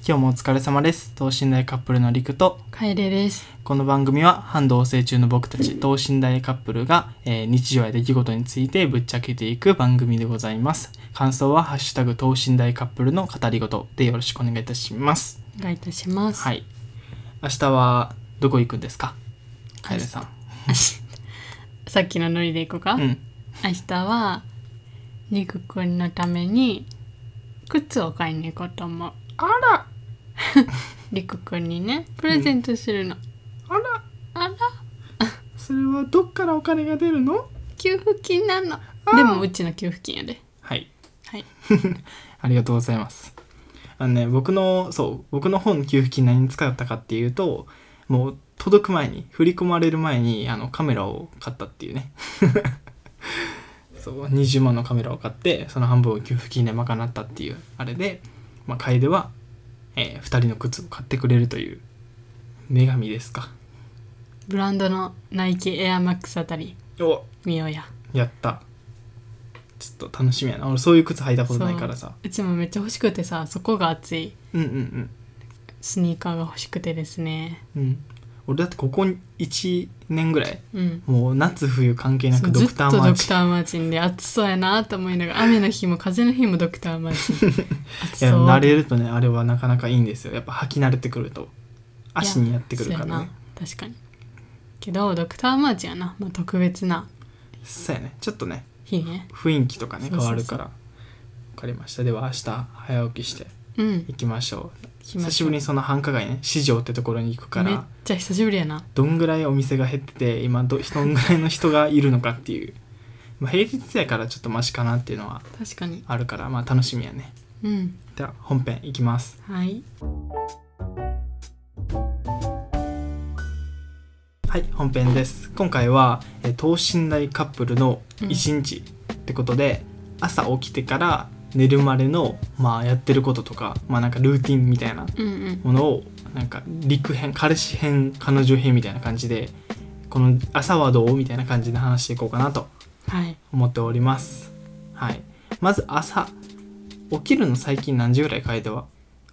今日もお疲れ様です。等身大カップルのりくと楓です。 この番組は半同棲中の僕たち等身大カップルが、日常や出来事についてぶっちゃけていく番組でございます。感想はハッシュタグ等身大カップルの語りごとでよろしくお願いいたします。 お願いいたします。 はい。明日はどこ行くんですか、楓さん。 さっきのノリでいこうか。明日はりくくんのために靴を買いに行こうと思う。 あらりくくんにねプレゼントするの。 あらそれはどっからお金が出るの？ 給付金なの。でもうちの給付金やで。 はいはいありがとうございます。僕の方の給付金何に使ったかっていうと、もう届く前に振り込まれる前にカメラを買ったっていうねそう20万のカメラを買ってその半分を給付金で賄ったっていうあれで、楓は、2人の靴を買ってくれるという女神ですか。 ブランドのナイキエアマックスあたり見ようや。 やった。ちょっと楽しみやな。俺そういう靴履いたことないからさ。 うちもめっちゃ欲しくてさ、そこが熱いスニーカーが欲しくてですね。 俺だってここ1年ぐらい、もう夏冬関係なくドクターマーチン、ずっとドクターマーチンで暑そうやなと思いながら、雨の日も風の日もドクターマーチン暑そう。いや慣れるとね、あれはなかなかいいんですよ。やっぱ履き慣れてくると足にやってくるからね。 確かに。けどドクターマーチンやな、特別なそうやね。ちょっとね日ね、 雰囲気とかね変わるから。分かりました。では明日早起きして行きましょう。久しぶりにその繁華街ね、四条ってところに行くから。 めっちゃ久しぶりやな。 どんぐらいお店が減ってて今どんぐらいの人がいるのかっていう平日やからちょっとマシかなっていうのは確かにあるから、楽しみやね。では本編いきます。はい本編です。今回は等身大カップルの一日ってことで、朝起きてから寝るまでのやってることとか、なんかルーティンみたいなものをなんか陸編、彼氏編、彼女編みたいな感じで、この朝はどうみたいな感じで話していこうかなと思っております。まず朝起きるの最近何時ぐらい？楓は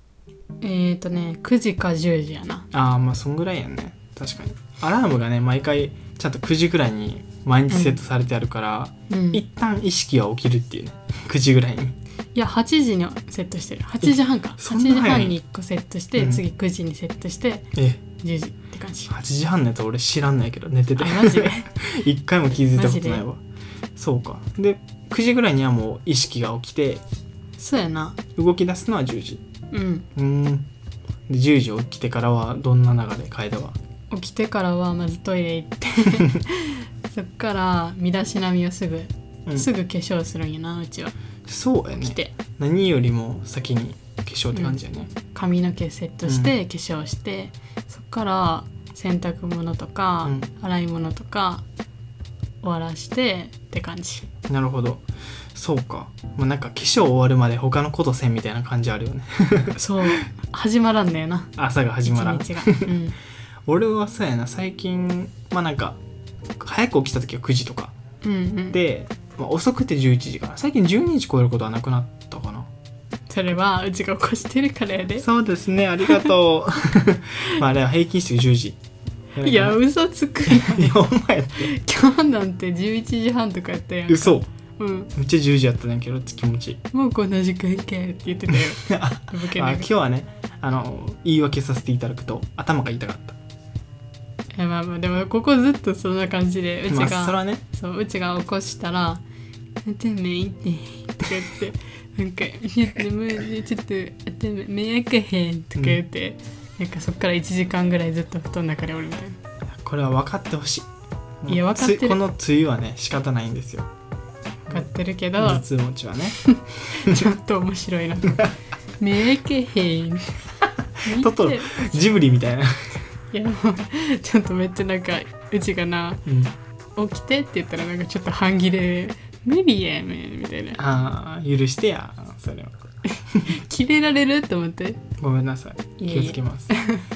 9時か10時やな。 そんぐらいやんね。確かにアラームがね毎回ちゃんと9時ぐらいに毎日セットされてあるから、一旦意識は起きるっていうね。9時ぐらいに。 いや8時にセットしてる。8時半か。8時半に1個セットして、次9時にセットして10時って感じ。 8時半のやつ俺知らんないけど寝てて。 マジで一回も気づいたことないわ。そうか。で9時ぐらいにはもう意識が起きて、 そうやな。 動き出すのは10時。で10時起きてからはどんな流れ？楓は起きてからはまずトイレ行ってそっから身だしなみをすぐ化粧するんやな、うちは。 そうやね。 来て何よりも先に化粧って感じやね。 髪の毛セットして化粧して、そっから洗濯物とか、洗い物とか終わらしてって感じ。 なるほど。そうか。もうなんか化粧終わるまで他のことせんみたいな感じあるよねそう始まらんだよな、 朝が始まらん。 一日が俺はそうやな、最近なんか早く起きた時は9時とか、で、遅くて11時かな。最近12時超えることはなくなったかな。 それはうちが起こしてるからやで。 そうですね、ありがとうあれは平均して10時。 いや嘘つくいやお前やって今日なんて11時半とかやったやんか。 嘘。めっちゃ10時やったんやけど気持ちいい。 もうこんな時間かって言ってたよ今日はね言い訳させていただくと頭が痛かった。 でもここずっとそんな感じで、うちが、 それはね、 うちが起こしたら「頭痛い」とか言って「なんかちょっと頭目開かへん」とか言って、なんかそっから1時間ぐらいずっと布団の中でおるみたいな。 これは分かってほしい。 いや分かってる。 この梅雨はね仕方ないんですよ。 分かってるけど頭痛持ちはねちょっと面白いな目開けへんトトロジブリみたいな。 いやもうちょっとめっちゃなんかうちがな、起きてって言ったらなんかちょっと半切れ無理やめみたいな。 許してやそれは切れられると思って。 ごめんなさい、気をつけます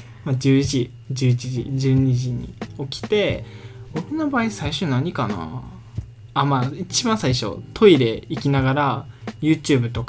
10時11時12時に起きて、僕の場合最初何かな、一番最初トイレ行きながら YouTube とか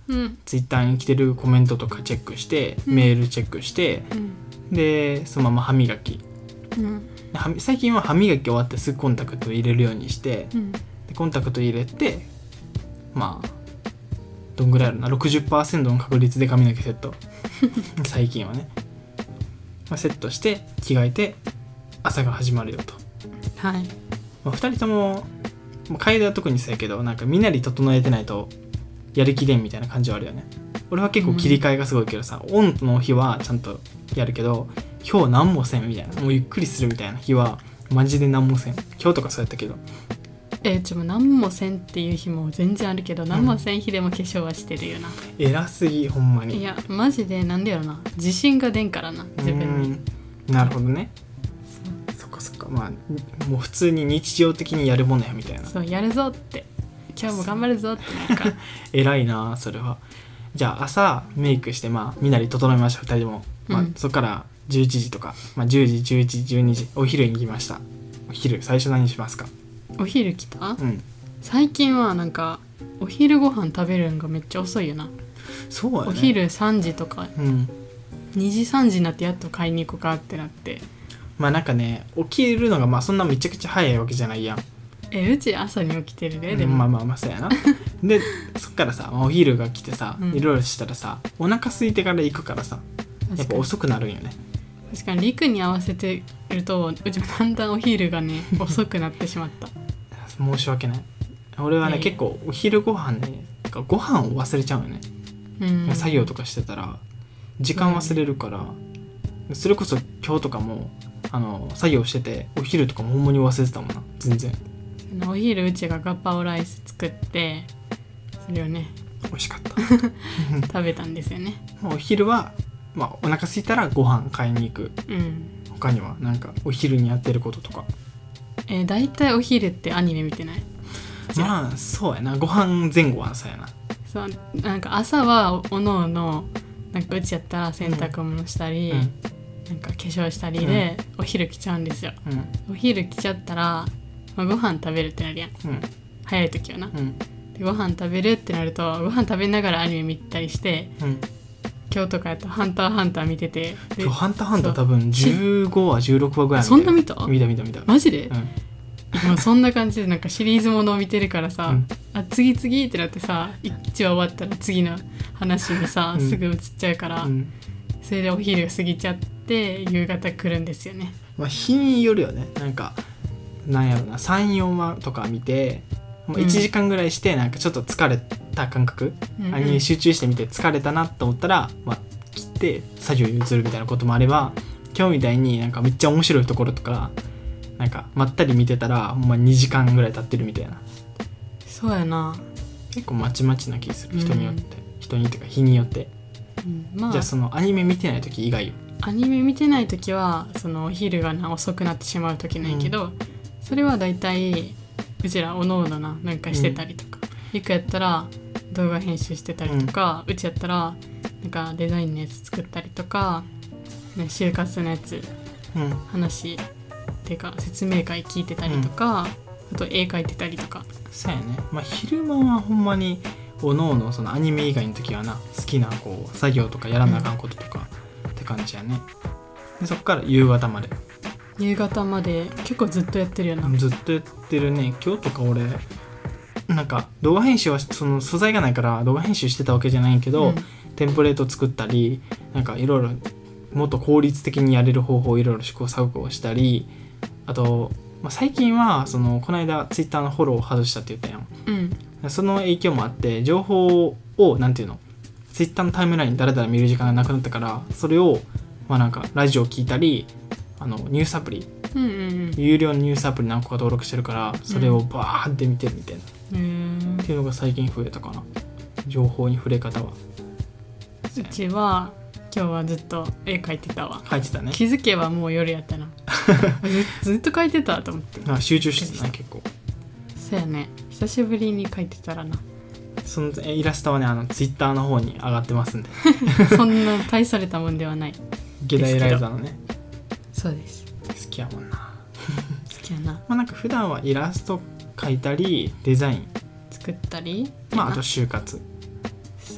うんツイッターに来てるコメントとかチェックして、 うんメールチェックして、でそのまま歯磨き、最近は歯磨き終わってすぐコンタクトを入れるようにして、でコンタクト入れてまあどんぐらいあるな 60% の確率で髪の毛セット最近はね、セットして着替えて朝が始まるよと。 はい。 2人とも楓は特にそうやけどなんか身なり整えてないとやる気でんみたいな感じはあるよね。俺は結構切り替えがすごいけどさ、オンの日はちゃんとやるけど今日何もせんみたいな、もうゆっくりするみたいな日はマジで何もせん。今日とかそうやったけど何もせんっていう日も全然あるけど、何もせん日でも化粧はしてるよな。 偉すぎほんまに。 いやマジでなんでやろな、自信が出んからな自分に。 なるほどね。そっかそっか。まあもう普通に日常的にやるものやみたいな。 そうやるぞって、今日も頑張るぞってなんか偉いなそれは。じゃあ朝メイクして身なり整えました2人でも、そっから11時とか、10時11時12時お昼に行きました。お昼最初何しますか？ お昼来た？最近はなんかお昼ご飯食べるのがめっちゃ遅いよな。 そうやね。 お昼3時とか、2時3時になってやっと買いに行こうかってなって。 なんかね起きるのがそんなめちゃくちゃ早いわけじゃないやん。 うち朝に起きてるで。でもそうやなでそっからさお昼が来てさ、いろいろしたらさお腹空いてから行くからさやっぱ遅くなるんよね。 確かに陸に合わせてるとうちもだんだんお昼がね遅くなってしまった。 申し訳ない。俺はね、結構お昼ご飯ねご飯を忘れちゃうよね、作業とかしてたら時間忘れるから、それこそ今日とかも作業しててお昼とかもほんまに忘れてたもんな全然。 お昼うちがガパオライス作ってそれをね美味しかった食べたんですよね。 お昼はお腹空いたらご飯買いに行く、他にはなんかお昼にやってることとか。 だいたいお昼ってアニメ見てない？ そうやな、ご飯前後はそうやな。 そうなんか朝はおのおのなんかうちやったら洗濯物したり、なんか化粧したりで、お昼来ちゃうんですよ、お昼来ちゃったら、ご飯食べるってなるやん、早い時はな、でご飯食べるってなるとご飯食べながらアニメ見たりして、今日とかやったらハンターハンター見てて、 今日ハンターハンター多分15話16話ぐらいそんな見たマジで、そんな感じでなんかシリーズものを見てるからさ、次ってなってさ1話終わったら次の話にさ、すぐ移っちゃうから、それでお昼過ぎちゃって夕方来るんですよね。 日によるよね。なんやろな 3,4 話とか見て1時間ぐらいしてなんかちょっと疲れた感覚、アニメ集中して見て疲れたなと思ったら、切って作業に移るみたいなこともあれば、今日みたいになんかめっちゃ面白いところとかなんかまったり見てたらほんま2時間ぐらい経ってるみたいな。 そうやな、 結構まちまちな気する、人によって、人にっていうか日によって、じゃあそのアニメ見てない時以外よ。 アニメ見てない時はそのお昼が遅くなってしまう時ないけど、それはだいたいうちらおのおのなんかしてたりとか、リクやったら動画編集してたりとか、うちやったらなんかデザインのやつ作ったりとか、就活のやつ、話っていうか説明会聞いてたりとか、あと絵描いてたりとか。 そうやね。昼間はほんまにおのおのそのアニメ以外の時は好きな作業とかやらなあかんこととか、って感じやね。でそっから夕方まで結構ずっとやってるよな。ずっとやってるね。今日とか俺なんか動画編集はその素材がないから動画編集してたわけじゃないけど、テンプレート作ったりなんかいろいろもっと効率的にやれる方法をいろいろ試行錯誤したり、あと、最近はこの間ツイッターのフォローを外したって言ったやん、その影響もあって情報をなんていうのツイッターのタイムラインだらだら見る時間がなくなったから、それをなんかラジオ聞いたりニュースアプリ、有料のニュースアプリ何個か登録してるからそれをバーって見てるみたいな、っていうのが最近増えたかな、情報に触れ方は。 うちは今日はずっと絵描いてたわ。 描いてたね。 気づけばもう夜やったなずっと描いてたと思って。 集中してたね結構。 そうやね、久しぶりに描いてたらな。 そのイラストはねツイッターの方に上がってますんでそんな大それたもんではない。 ゲダエライザーのね。 そうです。 好きやもんな好きやな。 なんか普段はイラスト描いたりデザイン作ったり、 あと就活。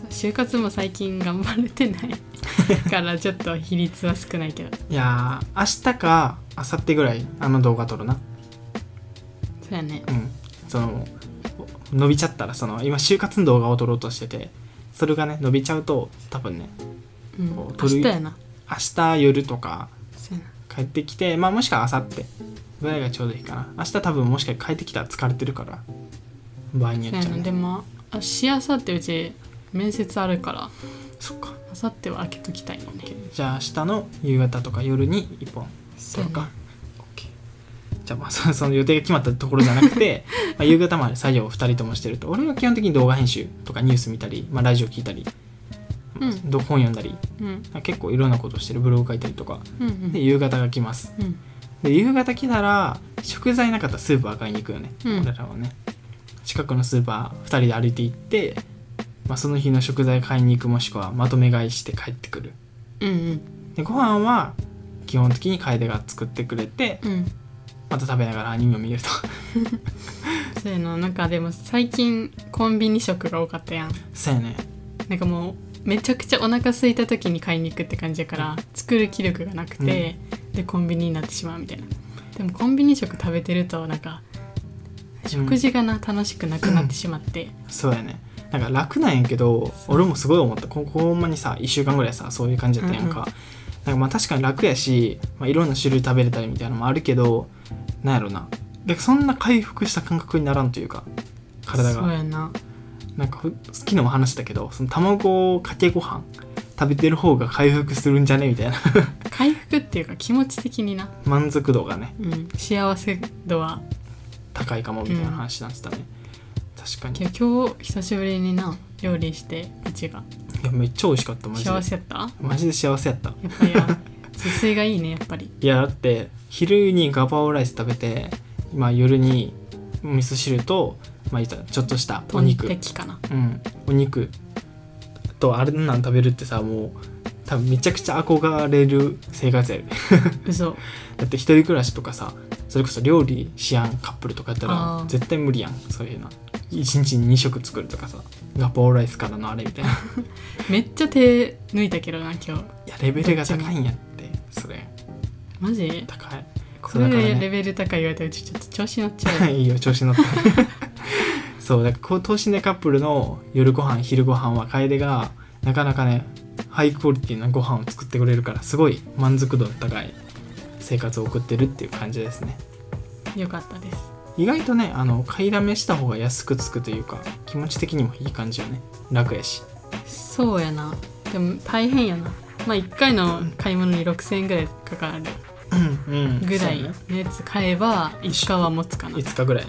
就活も最近頑張れてないからちょっと比率は少ないけど。 いやー明日か明後日ぐらい動画撮るな。 そうやね。 その伸びちゃったら今就活の動画を撮ろうとしてて、それがね伸びちゃうと多分ね、 明日やな。 明日夜とかそうやな。 帰ってきて、もしくは明後日ぐらいがちょうどいいかな。明日多分もしか帰ってきたら疲れてるから、場合によっちゃう、ね、 でも明日うち面接あるから、 そっか、 明後日は開けときたいのね。 じゃあ明日の夕方とか夜に1本撮るか、 ね、 じゃあその予定が決まったところじゃなくて夕方まで作業を2人ともしてると、俺は基本的に動画編集とかニュース見たり、ラジオ聞いたり、本読んだり、結構いろんなことをしてる、ブログ書いたりとか、で夕方が来ます、で夕方来たら食材なかったらスーパー買いに行くよね、俺らはね。近くのスーパー2人で歩いて行って、その日の食材買いに行く、もしくはまとめ買いして帰ってくる、でご飯は基本的に楓が作ってくれて、また食べながらアニメを見るとそういうのなんかでも最近コンビニ食が多かったやん。 そうやね。 なんかもうめちゃくちゃお腹空いた時に買いに行くって感じやから、作る気力がなくて、でコンビニになってしまうみたいな。でもコンビニ食食べてるとなんか食事が楽しくなくなってしまって、 そうやね。なんか楽なんやけど、俺もすごい思った。ほんまにさ1週間ぐらいさそういう感じだったやんか、なんか確かに楽やし、いろんな種類食べれたりみたいなのもあるけど、なんやろな、でそんな回復した感覚にならんというか、体が。 そうやな。 なんか昨日も話したけど、その卵かけご飯食べてる方が回復するんじゃねみたいな回復っていうか気持ち的にな、 満足度がね、 幸せ度は高いかもみたいな話になってたね、確かに。 今日久しぶりに料理してうちが。 いやめっちゃ美味しかった。マジで幸せやった。 マジで幸せやった。 やっぱり自炊がいいね、やっぱり。 いやだって昼にガパオライス食べて、夜に味噌汁と、ちょっとしたお肉、 トンテキかな、 お肉とあれなん食べるってさ、もう多分めちゃくちゃ憧れる生活やる嘘だって一人暮らしとかさ、それこそ料理しやんカップルとかやったら絶対無理やん。そういうの1日に2食作るとかさ、ガパオライスからのあれみたいなめっちゃ手抜いたけどな今日。いやレベルが高いんやって。それマジ高い。 これでレベル高い言われたらちょっと調子乗っちゃういいよ調子乗ってそうだから等身大カップルの夜ご飯昼ご飯は楓がなかなかねハイクオリティなご飯を作ってくれるから、すごい満足度の高い生活を送ってるっていう感じですね。 よかったです。 意外とね買いだめした方が安くつくというか、気持ち的にもいい感じよね。楽やし。 そうやな。でも大変やな。1回の買い物に6000円ぐらいかかるぐらいのやつ買えば5日は持つかな。 5日ぐらい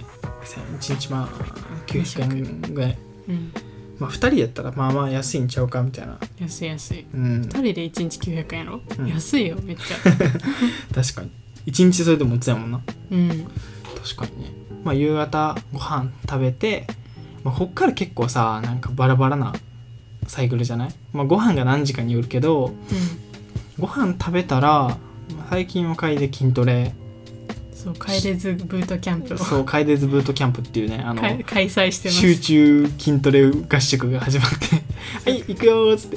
1日900円ぐらい、2人やったらまあまあ安いんちゃうかみたいな。 安い、2人で1日900円やろ、安いよめっちゃ確かに1日それでも持つやもんな。確かにね。夕方ご飯食べて、こっから結構さなんかバラバラなサイクルじゃない。ご飯が何時かによるけど、ご飯食べたら最近は会で筋トレ、 そうカイレズブートキャンプをそうカイレズブートキャンプっていうね開催してます。 集中筋トレ合宿が始まってはい行くよーっつって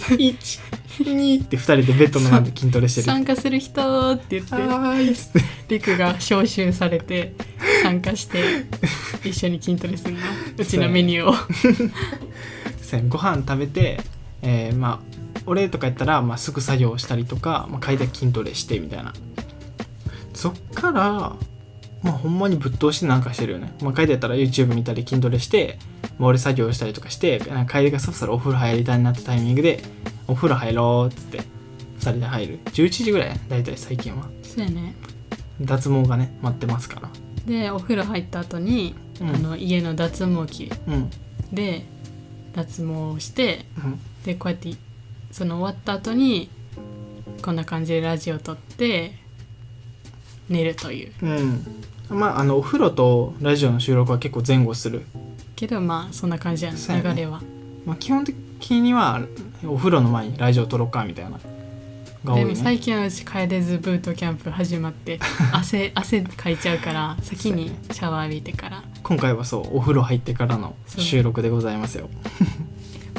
1、2って2人でベッドの中で筋トレしてる。 参加する人って言ってっつってリクが招集されて参加して一緒に筋トレするのうちのメニューをご飯食べて、俺とかやったら、すぐ作業したりとか、階段筋トレしてみたいな。そっからほんまにぶっ通してなんかしてるよね。階段やったら YouTube 見たり筋トレして、俺作業したりとかして、階段がそろそろお風呂入りたいなってタイミングでお風呂入ろうっつって2人で入る。11時ぐらいだいたい最近は。 そうやね。 脱毛がね待ってますから。 でお風呂入った後に、家の脱毛器で脱毛をして、でこうやってその終わった後にこんな感じでラジオ撮って寝るという、 お風呂とラジオの収録は結構前後するけどそんな感じやね、流れは。 基本的にはお風呂の前にラジオ撮ろうかみたいなが多いね。 でも最近はうちカエデズブートキャンプ始まって汗かいちゃうから先にシャワー浴びてから。 今回はそうお風呂入ってからの収録でございますよ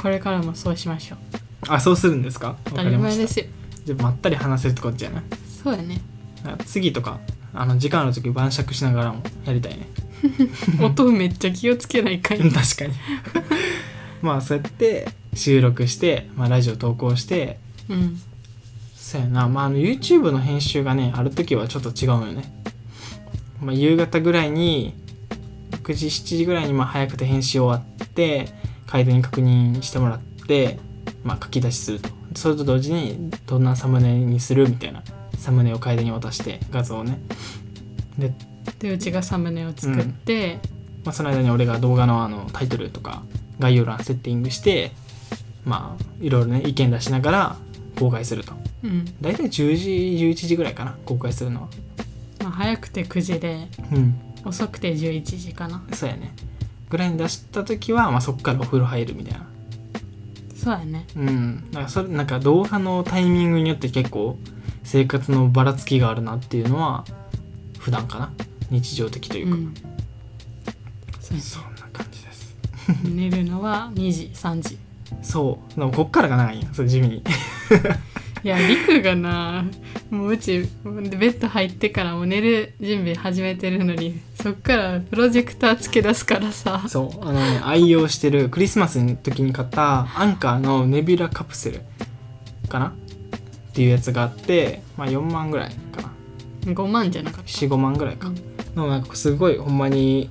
これからもそうしましょう。 あ、そうするんですか？ 当たり前ですよ。 じゃあまったり話せるってことじゃない？ そうやね。 次とか時間ある時晩酌しながらもやりたいね。 音めっちゃ気をつけないかい。 確かに。まあそうやって収録して、まあ、ラジオ投稿して、 うん、 そうやな、まあ、YouTube の編集がねある時はちょっと違うよね。まあ、夕方ぐらいに6時7時ぐらいにまあ早くて編集終わって楓に確認してもらって、まあ、書き出しすると。それと同時にどんなサムネにするみたいなサムネを楓に渡して画像をね、 でうちがサムネを作って、 まあ、その間に俺が動画のタイトルとか概要欄セッティングして、まあいろいろね意見出しながら公開すると。 うん、 だいたい10時11時ぐらいかな、公開するのは。 まあ、早くて9時で、 うん、 遅くて11時かな。 そうやねぐらいに出した時は、まあ、そっからお風呂入るみたいな。 そうやね。 うん、だからそれなんか動画のタイミングによって結構生活のばらつきがあるなっていうのは普段かな、日常的というか、 うん、そうやね、 そんな感じです。 寝るのは2時3時。 そうでもこっからが長いんや、それ地味に。 いやリクがな、もううちベッド入ってからもう寝る準備始めてるのに、そっからプロジェクターつけ出すからさ。 そう愛用してるクリスマスの時に買ったアンカーのネビュラカプセルかなっていうやつがあって、まあ、4万ぐらいかな、 5万じゃなかった、 4,5 万ぐらいか、 うん、 のなんかすごいほんまに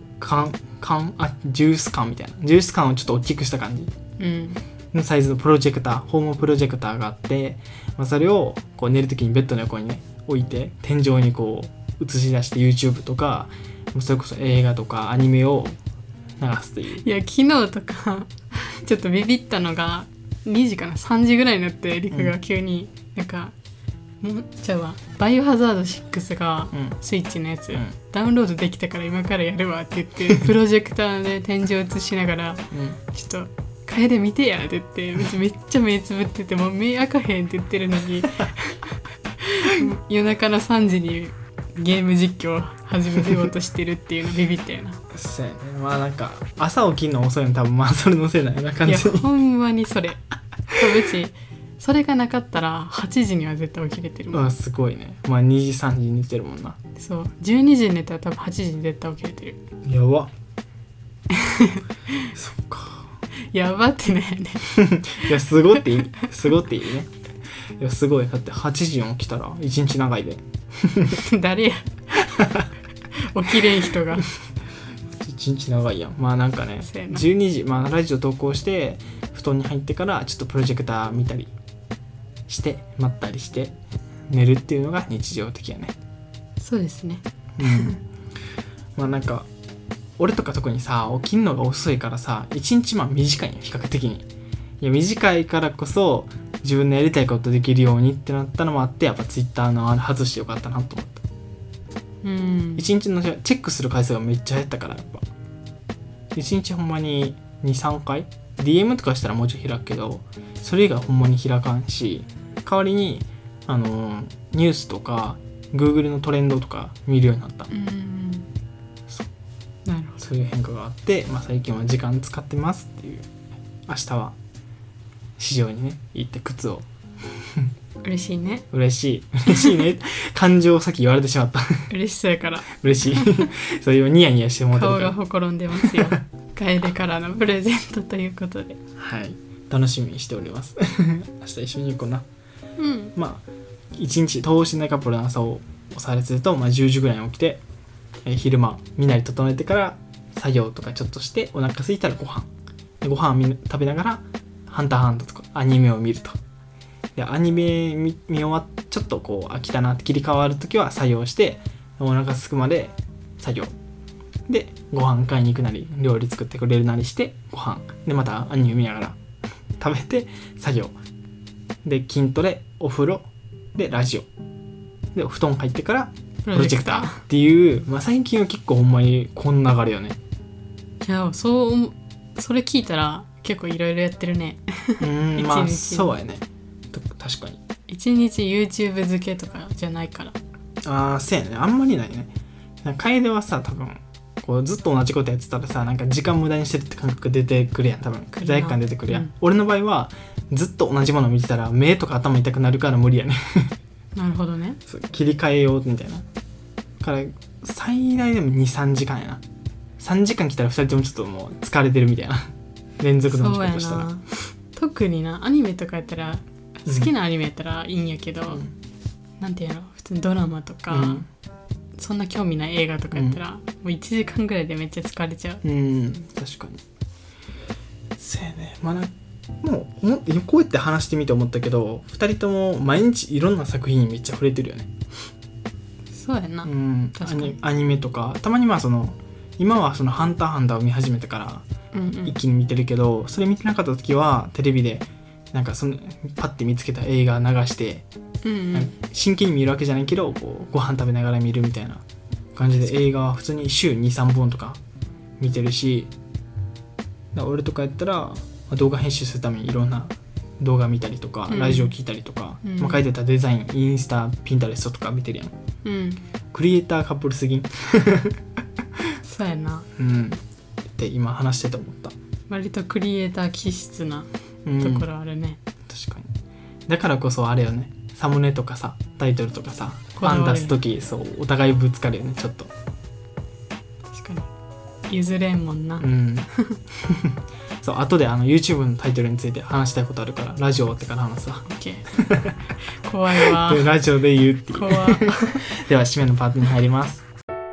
ジュース缶みたいな、ジュース缶をちょっと大きくした感じのサイズのプロジェクター、ホームプロジェクターがあって、まあ、それをこう寝る時にベッドの横にね置いて天井にこう映し出して YouTube とかそれこそ映画とかアニメを流すという。 いや昨日とかちょっとビビったのが2時かな3時ぐらいになって、リクが急になんか、じゃあバイオハザード6がスイッチのやつ、ダウンロードできたから今からやるわって言ってプロジェクターで天井映しながら、ちょっと楓見てやって言ってめっちゃ目つぶっててもう目開かへんって言ってるのに夜中の3時にゲーム実況を始めようとしてるっていうのビビったよな。 そうやね、まあなんか朝起きるの遅いの多分まあそれのせいだよな感じに。 いやほんまにそれ別にそれがなかったら8時には絶対起きれてるもん。 あすごいね、まあ2時3時に寝てるもんな。 そう12時に寝たら多分8時に絶対起きれてる。 やばそっかやばってねいやすごっていいすごっていいね。いやすごい、だって8時に起きたら1日長いで誰や起きれん人が 1日長いやん。まあなんかね12時、まあラジオ投稿して布団に入ってからちょっとプロジェクター見たりしてまったりして寝るっていうのが日常的やね。 そうですね、 まあなんか俺とか特にさ起きんのが遅いからさ1日まあ短いよ比較的に。いや短いからこそ自分のやりたいことできるようにってなったのもあって、やっぱ Twitter の外してよかったなと思った。1日のチェックする回数がめっちゃ減ったから、やっぱ1日ほんまに 2,3 回 DM とかしたらもうちょい開くけど、それ以外ほんまに開かんし、代わりにニュースとか Google のトレンドとか見るようになった。 なるほど。 そういう変化があって、まあ、最近は時間使ってますっていう。明日は市場にね行って靴を嬉しいね嬉しいね感情をさっき言われてしまった嬉しそうやから嬉しいそういうニヤニヤしてもらってるから顔がほころんでますよ楓からのプレゼントということで、 はい楽しみにしております明日一緒に行こうな。まあ一日等身大カップルの朝をおさらいすると、まあ、10時ぐらいに起きて、昼間身なり整えてから作業とかちょっとしてお腹空いたらご飯食べながらハンターハンターとかアニメを見ると。でアニメ 見終わっちょっとこう飽きたなって切り替わるときは作業してお腹すくまで作業でご飯買いに行くなり料理作ってくれるなりしてご飯でまたアニメ見ながら食べて作業で筋トレお風呂でラジオでお布団入ってからプロジェクターっていう、まあ、最近は結構ほんまにこんな流れよね。 いやそれ聞いたら結構いろいろやってるねまあそうやね確かに 1日 YouTube 漬けとかじゃないから。 そうやねあんまりないね。楓はさ多分こうずっと同じことやってたらさ、なんか時間無駄にしてるって感覚出てくるやん、多分罪悪感出てくるやん、俺の場合はずっと同じものを見てたら目とか頭痛くなるから無理やねなるほどね。 切り替えようみたいなから最大でも 2,3 時間やな。3時間来たら2人ともちょっともう疲れてるみたいな連続の仕事したら。 そうやな。特になアニメとかやったら好きなアニメやったらいいんやけど、なんていうの、普通にドラマとか、そんな興味ない映画とかやったら、もう1時間ぐらいでめっちゃ疲れちゃう。 確かに。せやね。まあもうこうやって話してみて思ったけど、2人とも毎日いろんな作品にめっちゃ触れてるよね。 そうやな、確かに。 アニメとかたまにまあ今はハンターハンターを見始めてから一気に見てるけど、それ見てなかった時はテレビでなんかパッて見つけた映画流して、真剣に見るわけじゃないけどこうご飯食べながら見るみたいな感じで、映画は普通に週 2,3 本とか見てるし、俺とかやったら動画編集するためにいろんな動画見たりとか、ラジオ聞いたりとか、書いてたデザインインスタピンタレストとか見てるやん、クリエイターカップルすぎんそうやな、 って今話してて思った。 割とクリエイター気質なところあるね、 確かに。だからこそあれよね、サムネとかさタイトルとかさ案出す時そうお互いぶつかるよね、ちょっと。 確かに譲れんもんな、 そう、後でYouTube のタイトルについて話したいことあるからラジオ終わってから話すわ。 怖いわでラジオで言うっていう怖では締めのパートに入ります。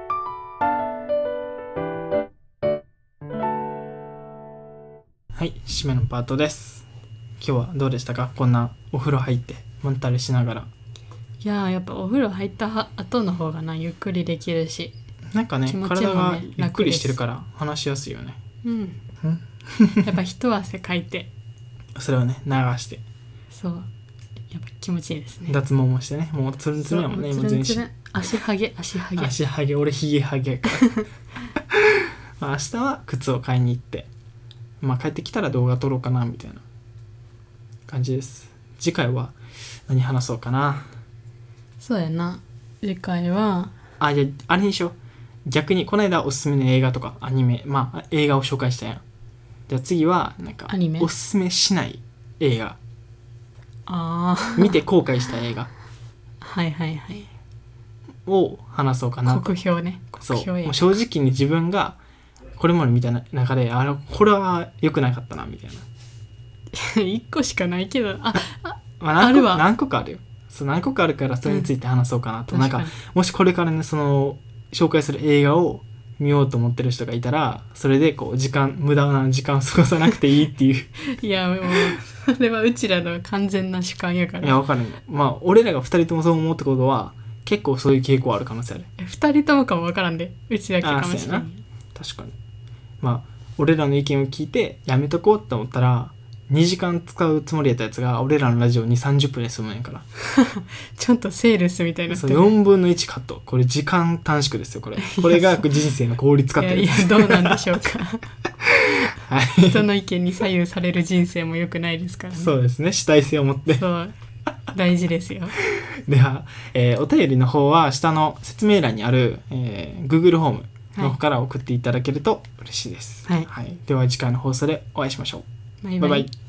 はい、締めのパートです。今日はどうでしたか？こんなお風呂入ってまったりしながら。 いやー、やっぱお風呂入った後の方がなゆっくりできるし、 なんかね、 気持ちもね体がゆっくりしてるから話しやすいよね。 やっぱ一汗かいてそれをね流して、 そうやっぱ気持ちいいですね。 脱毛もしてね、もうツルンツルンやもんね、今全身。 足ハゲ俺ヒゲハゲやからまあ明日は靴を買いに行って、まあ帰ってきたら動画撮ろうかなみたいな感じです。次回は何話そうかな。 そうやな、次回はじゃああれにしよう。逆にこの間おすすめの映画とかアニメ、まあ映画を紹介したやん。じゃあ次はなんかアニメおすすめしない映画、 見て後悔した映画はいを話そうかなと。 酷評ね。 そうもう正直に自分がこれまで見た中でこれは良くなかったなみたいな 1個しかないけど、 まあ、何個かあるよ。そう何個かあるからそれについて話そうかなと、なんかもしこれからね紹介する映画を見ようと思ってる人がいたら、それでこう無駄な時間を過ごさなくていいっていういやもうそれはうちらの完全な主観やから。 いや分かるね。まあ俺らが2人ともそう思うってことは結構そういう傾向ある可能性ある。 2人ともかも分からんで、うちだけかもしれない。 確かに。まあ俺らの意見を聞いてやめとこうって思ったら2時間使うつもりやったやつが俺らのラジオに30分で済むんやからちょっとセールスみたいな。 そう4分の1カット。これ時間短縮ですよ。これが人生の効率化ってやつ。 いやどうなんでしょうかはい、 人の意見に左右される人生も良くないですからね。 そうですね、主体性を持って。 そう大事ですよでは、お便りの方は下の説明欄にある、Google ホームの方から送っていただけると嬉しいです、はい、では次回の放送でお会いしましょう。 バイバイ。